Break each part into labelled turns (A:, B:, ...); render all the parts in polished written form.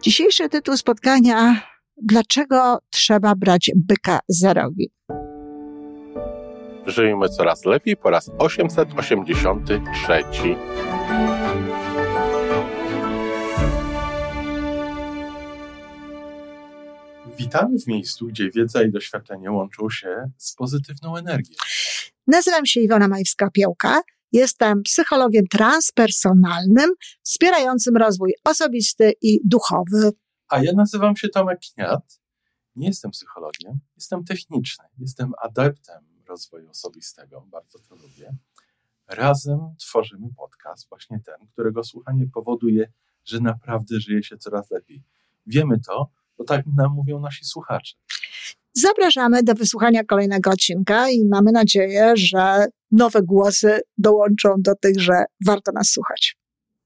A: Dzisiejszy tytuł spotkania: dlaczego trzeba brać byka za rogi?
B: Żyjmy coraz lepiej po raz 883. Witamy w miejscu, gdzie wiedza i doświadczenie łączą się z pozytywną energią.
A: Nazywam się Iwona Majewska-Opiełka. Jestem psychologiem transpersonalnym, wspierającym rozwój osobisty i duchowy.
B: A ja nazywam się Tomek Kniat. Nie jestem psychologiem, jestem techniczny. Jestem adeptem rozwoju osobistego, bardzo to lubię. Razem tworzymy podcast, właśnie ten, którego słuchanie powoduje, że naprawdę żyje się coraz lepiej. Wiemy to, bo tak nam mówią nasi słuchacze.
A: Zapraszamy do wysłuchania kolejnego odcinka i mamy nadzieję, że nowe głosy dołączą do tych, że warto nas słuchać.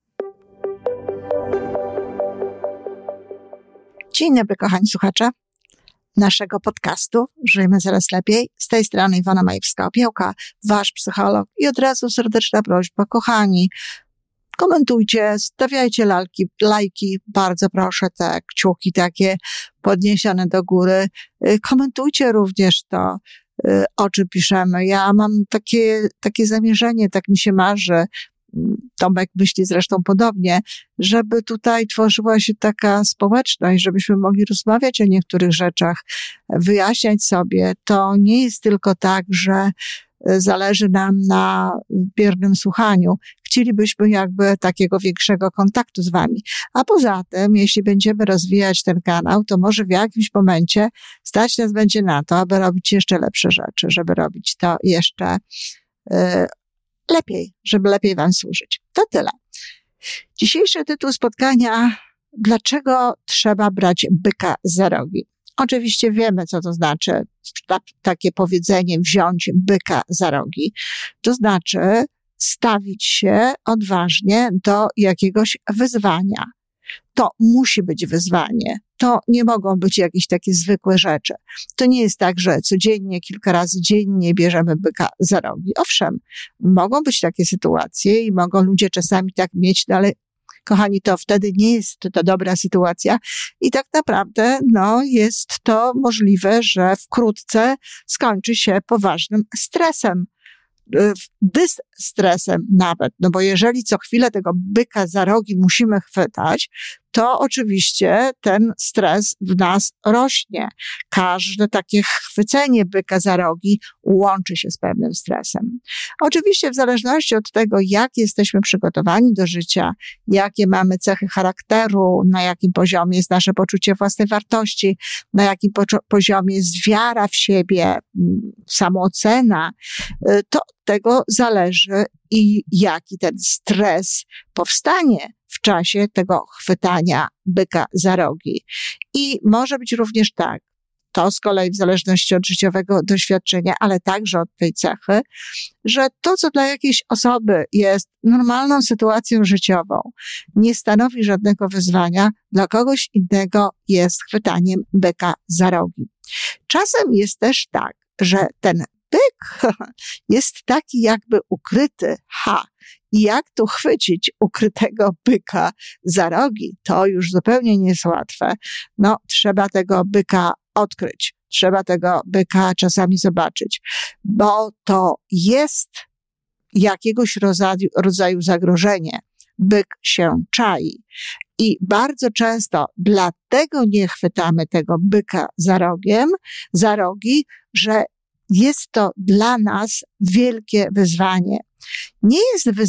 A: Dzień dobry, kochani słuchacze naszego podcastu Żyjmy Coraz Lepiej. Z tej strony Iwona Majewska-Opiełka, wasz psycholog. I od razu serdeczna prośba, kochani, komentujcie, stawiajcie lajki, bardzo proszę, te kciuki takie podniesione do góry. Komentujcie również to, o czym piszemy. Ja mam takie zamierzenie, tak mi się marzy, Tomek myśli zresztą podobnie, żeby tutaj tworzyła się taka społeczność, żebyśmy mogli rozmawiać o niektórych rzeczach, wyjaśniać sobie. To nie jest tylko tak, że zależy nam na biernym słuchaniu. Chcielibyśmy jakby takiego większego kontaktu z wami. A poza tym, jeśli będziemy rozwijać ten kanał, to może w jakimś momencie stać nas będzie na to, aby robić jeszcze lepsze rzeczy, żeby robić to jeszcze lepiej, żeby lepiej wam służyć. To tyle. Dzisiejszy tytuł spotkania: dlaczego trzeba brać byka za rogi? Oczywiście wiemy, co to znaczy takie powiedzenie wziąć byka za rogi. To znaczy stawić się odważnie do jakiegoś wyzwania. To musi być wyzwanie. To nie mogą być jakieś takie zwykłe rzeczy. To nie jest tak, że codziennie, kilka razy dziennie bierzemy byka za rogi. Owszem, mogą być takie sytuacje i mogą ludzie czasami tak mieć, no ale kochani, to wtedy nie jest to dobra sytuacja i tak naprawdę, jest to możliwe, że wkrótce skończy się poważnym stresem, dystresem nawet, bo jeżeli co chwilę tego byka za rogi musimy chwytać, to oczywiście ten stres w nas rośnie. Każde takie chwycenie byka za rogi łączy się z pewnym stresem. Oczywiście w zależności od tego, jak jesteśmy przygotowani do życia, jakie mamy cechy charakteru, na jakim poziomie jest nasze poczucie własnej wartości, na jakim poziomie jest wiara w siebie, samoocena, to od tego zależy i jaki ten stres powstanie w czasie tego chwytania byka za rogi. I może być również tak, to z kolei w zależności od życiowego doświadczenia, ale także od tej cechy, że to, co dla jakiejś osoby jest normalną sytuacją życiową, nie stanowi żadnego wyzwania, dla kogoś innego jest chwytaniem byka za rogi. Czasem jest też tak, że ten byk jest taki jakby ukryty. I jak tu chwycić ukrytego byka za rogi? To już zupełnie nie jest łatwe. Trzeba tego byka odkryć. Trzeba tego byka czasami zobaczyć, bo to jest jakiegoś rodzaju zagrożenie. Byk się czai. I bardzo często dlatego nie chwytamy tego byka za rogi, że jest to dla nas wielkie wyzwanie. Nie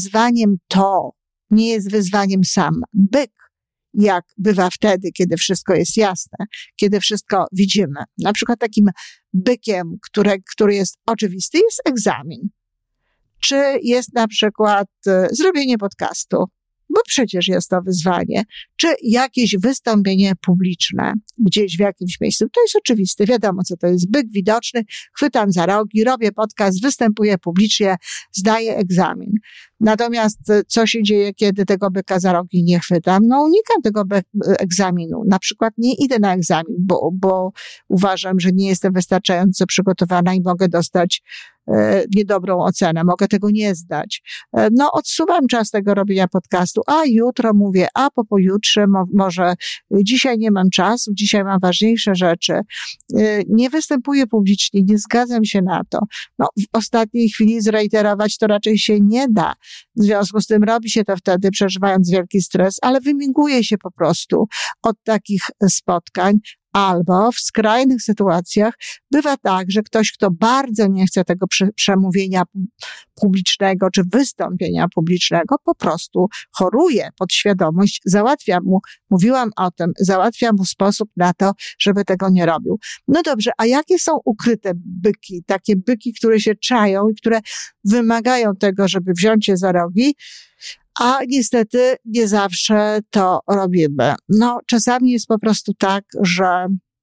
A: jest wyzwaniem sam byk, jak bywa wtedy, kiedy wszystko jest jasne, kiedy wszystko widzimy. Na przykład takim bykiem, który jest oczywisty, jest egzamin. Czy jest na przykład zrobienie podcastu, bo przecież jest to wyzwanie, czy jakieś wystąpienie publiczne gdzieś w jakimś miejscu. To jest oczywiste, wiadomo co to jest. Byk widoczny, chwytam za rogi, robię podcast, występuję publicznie, zdaję egzamin. Natomiast co się dzieje, kiedy tego byka za rogi nie chwytam? No unikam tego egzaminu. Na przykład nie idę na egzamin, bo uważam, że nie jestem wystarczająco przygotowana i mogę dostać niedobrą ocenę, mogę tego nie zdać. No odsuwam czas tego robienia podcastu, a jutro mówię, a po pojutrze może dzisiaj nie mam czasu, dzisiaj mam ważniejsze rzeczy. Nie występuję publicznie, nie zgadzam się na to. No w ostatniej chwili zreiterować to raczej się nie da. W związku z tym robi się to wtedy, przeżywając wielki stres, ale wymiguje się po prostu od takich spotkań. Albo w skrajnych sytuacjach bywa tak, że ktoś, kto bardzo nie chce tego przemówienia publicznego czy wystąpienia publicznego, po prostu choruje. Podświadomość załatwia mu, mówiłam o tym, załatwia mu sposób na to, żeby tego nie robił. No dobrze, a jakie są ukryte byki? Takie byki, które się czają i które wymagają tego, żeby wziąć je za rogi, a niestety nie zawsze to robimy. No, czasami jest po prostu tak, że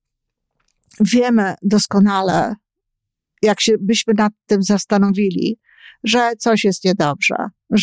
A: wiemy doskonale, jak się byśmy nad tym zastanowili, że coś jest niedobrze,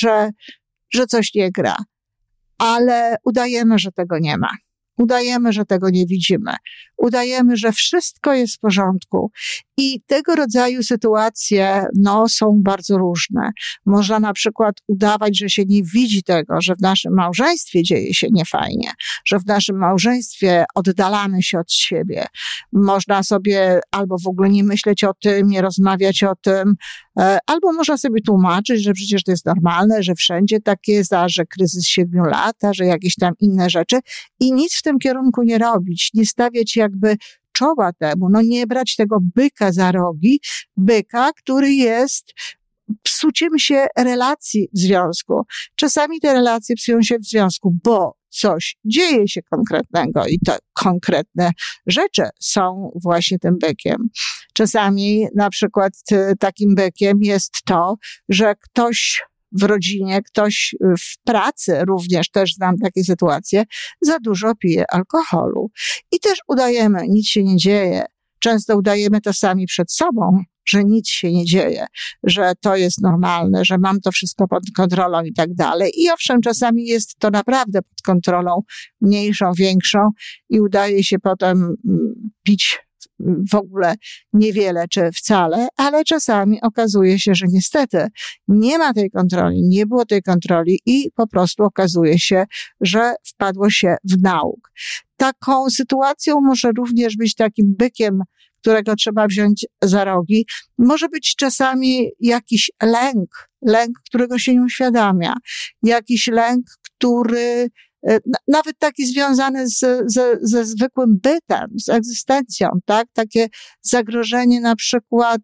A: że coś nie gra, ale udajemy, że tego nie ma. Udajemy, że tego nie widzimy. Udajemy, że wszystko jest w porządku. I tego rodzaju sytuacje, są bardzo różne. Można na przykład udawać, że się nie widzi tego, że w naszym małżeństwie dzieje się niefajnie, że w naszym małżeństwie oddalamy się od siebie. Można sobie albo w ogóle nie myśleć o tym, nie rozmawiać o tym, albo można sobie tłumaczyć, że przecież to jest normalne, że wszędzie tak jest, a że kryzys 7 lat, że jakieś tam inne rzeczy i nic w tym kierunku nie robić, nie stawiać jakby czoła temu, nie brać tego byka za rogi, byka, który jest psuciem się relacji w związku. Czasami te relacje psują się w związku, bo coś dzieje się konkretnego i te konkretne rzeczy są właśnie tym bykiem. Czasami na przykład takim bykiem jest to, że ktoś w rodzinie, ktoś w pracy również, też znam takie sytuacje, za dużo pije alkoholu. I też udajemy, nic się nie dzieje. Często udajemy to sami przed sobą, że nic się nie dzieje, że to jest normalne, że mam to wszystko pod kontrolą i tak dalej. I owszem, czasami jest to naprawdę pod kontrolą, mniejszą, większą i udaje się potem pić w ogóle niewiele czy wcale, ale czasami okazuje się, że niestety nie ma tej kontroli, nie było tej kontroli i po prostu okazuje się, że wpadło się w nauk. Taką sytuacją może również być takim bykiem, którego trzeba wziąć za rogi. Może być czasami jakiś lęk, którego się nie uświadamia. Jakiś lęk, który nawet taki związany ze zwykłym bytem, z egzystencją, tak? Takie zagrożenie na przykład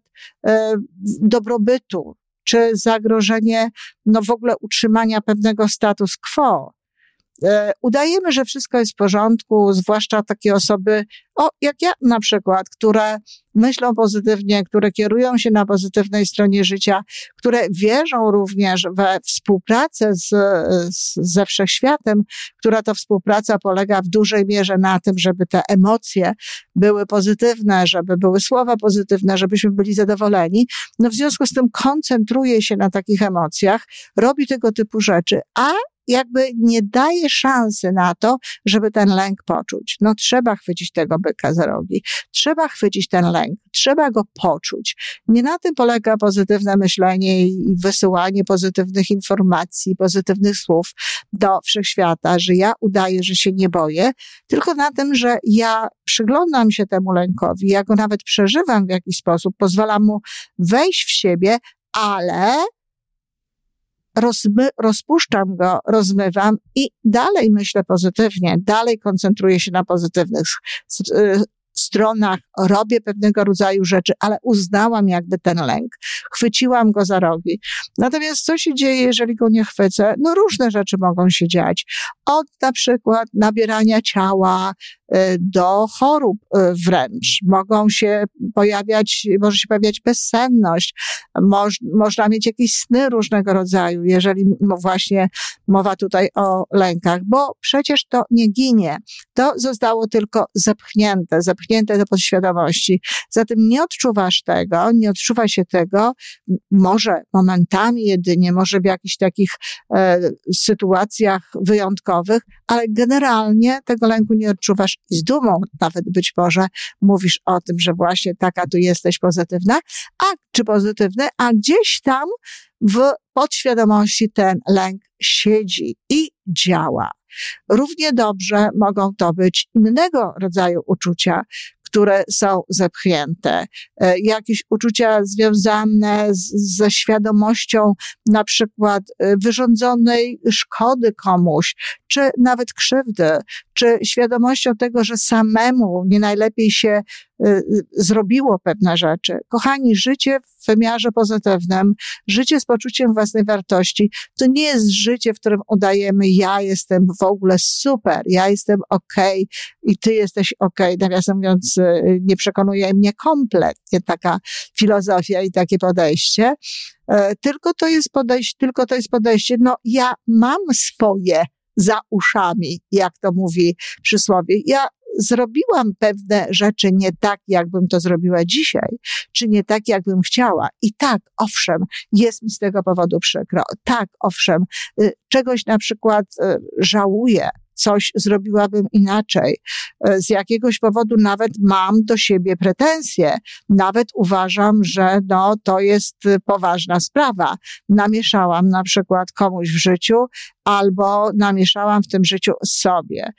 A: dobrobytu, czy zagrożenie w ogóle utrzymania pewnego status quo. Udajemy, że wszystko jest w porządku, zwłaszcza takie osoby, jak ja na przykład, które myślą pozytywnie, które kierują się na pozytywnej stronie życia, które wierzą również we współpracę ze wszechświatem, która to współpraca polega w dużej mierze na tym, żeby te emocje były pozytywne, żeby były słowa pozytywne, żebyśmy byli zadowoleni. W związku z tym koncentruje się na takich emocjach, robi tego typu rzeczy, a jakby nie daje szansy na to, żeby ten lęk poczuć. Trzeba chwycić tego byka za rogi. Trzeba chwycić ten lęk. Trzeba go poczuć. Nie na tym polega pozytywne myślenie i wysyłanie pozytywnych informacji, pozytywnych słów do wszechświata, że ja udaję, że się nie boję, tylko na tym, że ja przyglądam się temu lękowi, ja go nawet przeżywam w jakiś sposób, pozwalam mu wejść w siebie, ale rozpuszczam go, rozmywam i dalej myślę pozytywnie, dalej koncentruję się na pozytywnych stronach, robię pewnego rodzaju rzeczy, ale uznałam jakby ten lęk. Chwyciłam go za rogi. Natomiast co się dzieje, jeżeli go nie chwycę? Różne rzeczy mogą się dziać. Od na przykład nabierania ciała, do chorób wręcz. Może się pojawiać bezsenność, można mieć jakieś sny różnego rodzaju, jeżeli właśnie mowa tutaj o lękach, bo przecież to nie ginie. To zostało tylko zepchnięte do podświadomości. Zatem nie odczuwasz tego, nie odczuwa się tego, może momentami jedynie, może w jakichś takich sytuacjach wyjątkowych, ale generalnie tego lęku nie odczuwasz i z dumą nawet być może mówisz o tym, że właśnie taka tu jesteś pozytywna, czy pozytywny, a gdzieś tam w podświadomości ten lęk siedzi i działa. Równie dobrze mogą to być innego rodzaju uczucia, które są zepchnięte. Jakieś uczucia związane ze świadomością na przykład wyrządzonej szkody komuś, czy nawet krzywdy, czy świadomością tego, że samemu nie najlepiej się zrobiło pewne rzeczy. Kochani, życie w wymiarze pozytywnym, życie z poczuciem własnej wartości, to nie jest życie, w którym udajemy, ja jestem w ogóle super, ja jestem okej i ty jesteś okej. Nawiasem mówiąc, nie przekonuje mnie kompletnie taka filozofia i takie podejście. Tylko to jest podejście, no ja mam swoje za uszami, jak to mówi przysłowie. Ja zrobiłam pewne rzeczy nie tak, jakbym to zrobiła dzisiaj, czy nie tak, jakbym chciała. I tak, owszem, jest mi z tego powodu przykro. Tak, owszem, czegoś na przykład żałuję, coś zrobiłabym inaczej. Z jakiegoś powodu nawet mam do siebie pretensje. Nawet uważam, że to jest poważna sprawa. Namieszałam na przykład komuś w życiu albo namieszałam w tym życiu sobie.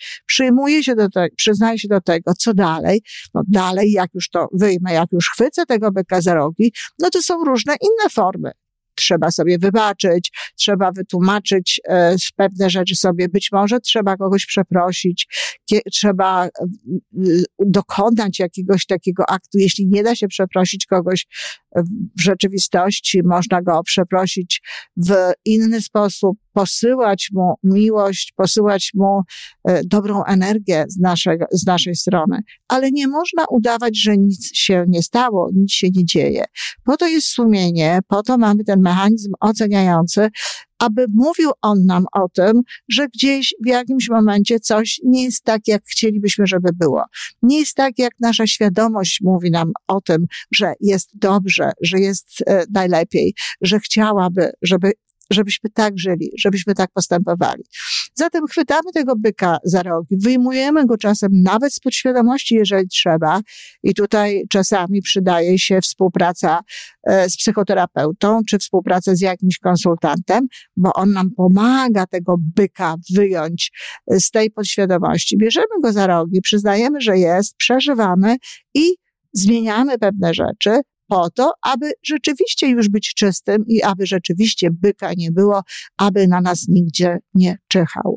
A: Przyznaję się do tego, co dalej? No dalej, jak już to wyjmę, jak już chwycę tego byka za rogi, no to są różne inne formy. Trzeba sobie wybaczyć, trzeba wytłumaczyć pewne rzeczy sobie, być może trzeba kogoś przeprosić, trzeba dokonać jakiegoś takiego aktu. Jeśli nie da się przeprosić kogoś w rzeczywistości, można go przeprosić w inny sposób, posyłać mu miłość, posyłać mu dobrą energię z naszej strony. Ale nie można udawać, że nic się nie stało, nic się nie dzieje. Po to jest sumienie, po to mamy ten mechanizm oceniający, aby mówił on nam o tym, że gdzieś w jakimś momencie coś nie jest tak, jak chcielibyśmy, żeby było. Nie jest tak, jak nasza świadomość mówi nam o tym, że jest dobrze, że jest najlepiej, że chciałaby, żebyśmy tak żyli, żebyśmy tak postępowali. Zatem chwytamy tego byka za rogi, wyjmujemy go czasem nawet z podświadomości, jeżeli trzeba. I tutaj czasami przydaje się współpraca z psychoterapeutą, czy współpraca z jakimś konsultantem, bo on nam pomaga tego byka wyjąć z tej podświadomości. Bierzemy go za rogi, przyznajemy, że jest, przeżywamy i zmieniamy pewne rzeczy, po to, aby rzeczywiście już być czystym i aby rzeczywiście byka nie było, aby na nas nigdzie nie czyhał.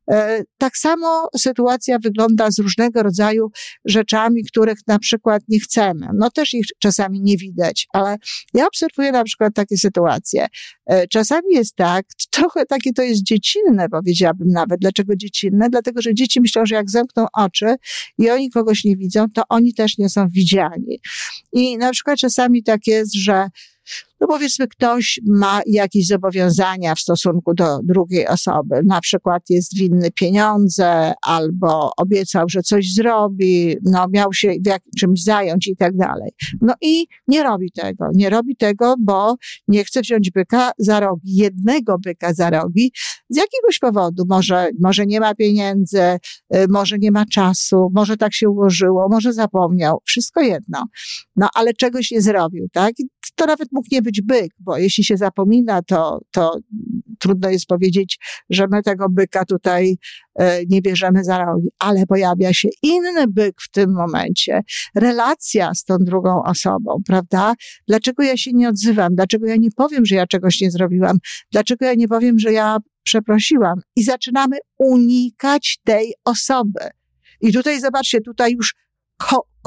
A: Tak samo sytuacja wygląda z różnego rodzaju rzeczami, których na przykład nie chcemy. No też ich czasami nie widać, ale ja obserwuję na przykład takie sytuacje. Czasami jest tak, trochę takie to jest dziecinne, powiedziałabym nawet. Dlaczego dziecinne? Dlatego, że dzieci myślą, że jak zamkną oczy i oni kogoś nie widzą, to oni też nie są widziani. I na przykład czasami tak jest, że no powiedzmy, ktoś ma jakieś zobowiązania w stosunku do drugiej osoby. Na przykład jest winny pieniądze albo obiecał, że coś zrobi, miał się czymś zająć i tak dalej. No i nie robi tego, bo nie chce wziąć byka za rogi, jednego byka za rogi z jakiegoś powodu. Może nie ma pieniędzy, może nie ma czasu, może tak się ułożyło, może zapomniał. Wszystko jedno. No ale czegoś nie zrobił, tak? To nawet mógł nie być byk, bo jeśli się zapomina, to trudno jest powiedzieć, że my tego byka tutaj nie bierzemy za rogi, ale pojawia się inny byk w tym momencie. Relacja z tą drugą osobą, prawda? Dlaczego ja się nie odzywam? Dlaczego ja nie powiem, że ja czegoś nie zrobiłam? Dlaczego ja nie powiem, że ja przeprosiłam? I zaczynamy unikać tej osoby. I tutaj zobaczcie, tutaj już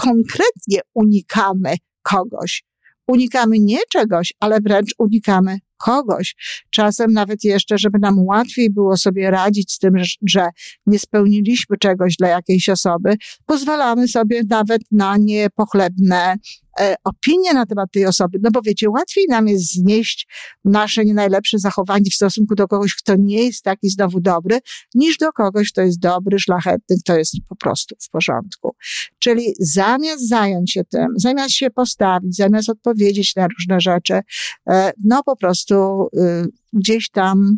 A: konkretnie unikamy kogoś. Unikamy nie czegoś, ale wręcz unikamy kogoś, czasem nawet jeszcze, żeby nam łatwiej było sobie radzić z tym, że nie spełniliśmy czegoś dla jakiejś osoby, pozwalamy sobie nawet na niepochlebne opinie na temat tej osoby, no bo wiecie, łatwiej nam jest znieść nasze nie najlepsze zachowanie w stosunku do kogoś, kto nie jest taki znowu dobry, niż do kogoś, kto jest dobry, szlachetny, kto jest po prostu w porządku. Czyli zamiast zająć się tym, zamiast się postawić, zamiast odpowiedzieć na różne rzeczy, no po prostu gdzieś tam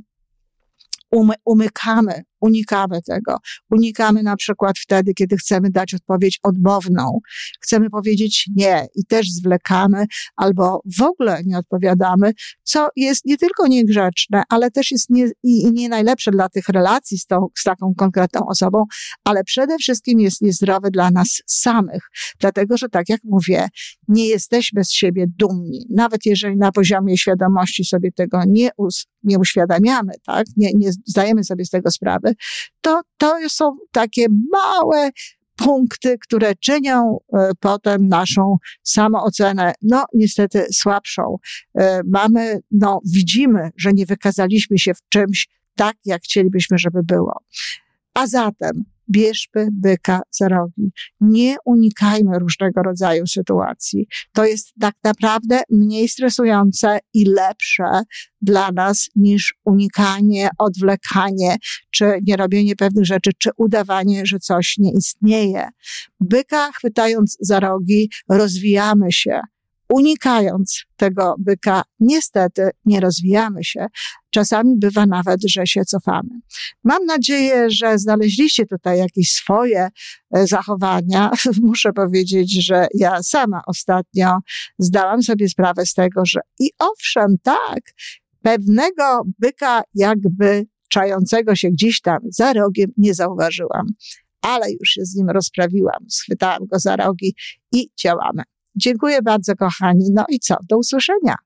A: unikamy tego. Unikamy na przykład wtedy, kiedy chcemy dać odpowiedź odmowną. Chcemy powiedzieć nie i też zwlekamy albo w ogóle nie odpowiadamy, co jest nie tylko niegrzeczne, ale też jest nie najlepsze dla tych relacji z taką konkretną osobą, ale przede wszystkim jest niezdrowe dla nas samych. Dlatego, że tak jak mówię, nie jesteśmy z siebie dumni. Nawet jeżeli na poziomie świadomości sobie tego nie uświadamiamy, tak? Nie zdajemy sobie z tego sprawy, to są takie małe punkty, które czynią potem naszą samoocenę, no niestety słabszą. Widzimy, że nie wykazaliśmy się w czymś tak, jak chcielibyśmy, żeby było. A zatem bierzmy byka za rogi. Nie unikajmy różnego rodzaju sytuacji. To jest tak naprawdę mniej stresujące i lepsze dla nas niż unikanie, odwlekanie, czy nie robienie pewnych rzeczy, czy udawanie, że coś nie istnieje. Byka chwytając za rogi rozwijamy się. Unikając tego byka, niestety nie rozwijamy się. Czasami bywa nawet, że się cofamy. Mam nadzieję, że znaleźliście tutaj jakieś swoje zachowania. Muszę powiedzieć, że ja sama ostatnio zdałam sobie sprawę z tego, że i owszem, tak, pewnego byka jakby czającego się gdzieś tam za rogiem nie zauważyłam, ale już się z nim rozprawiłam, schwytałam go za rogi i działamy. Dziękuję bardzo, kochani. No i co? Do usłyszenia.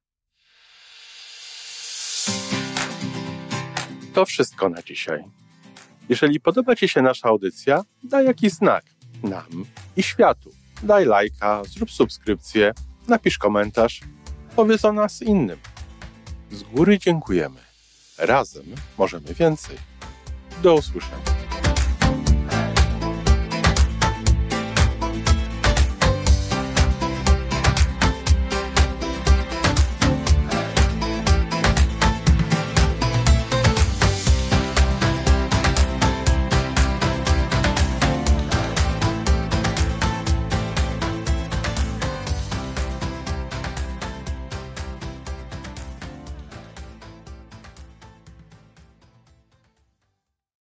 B: To wszystko na dzisiaj. Jeżeli podoba Ci się nasza audycja, daj jakiś znak nam i światu. Daj lajka, zrób subskrypcję, napisz komentarz, powiedz o nas innym. Z góry dziękujemy. Razem możemy więcej. Do usłyszenia.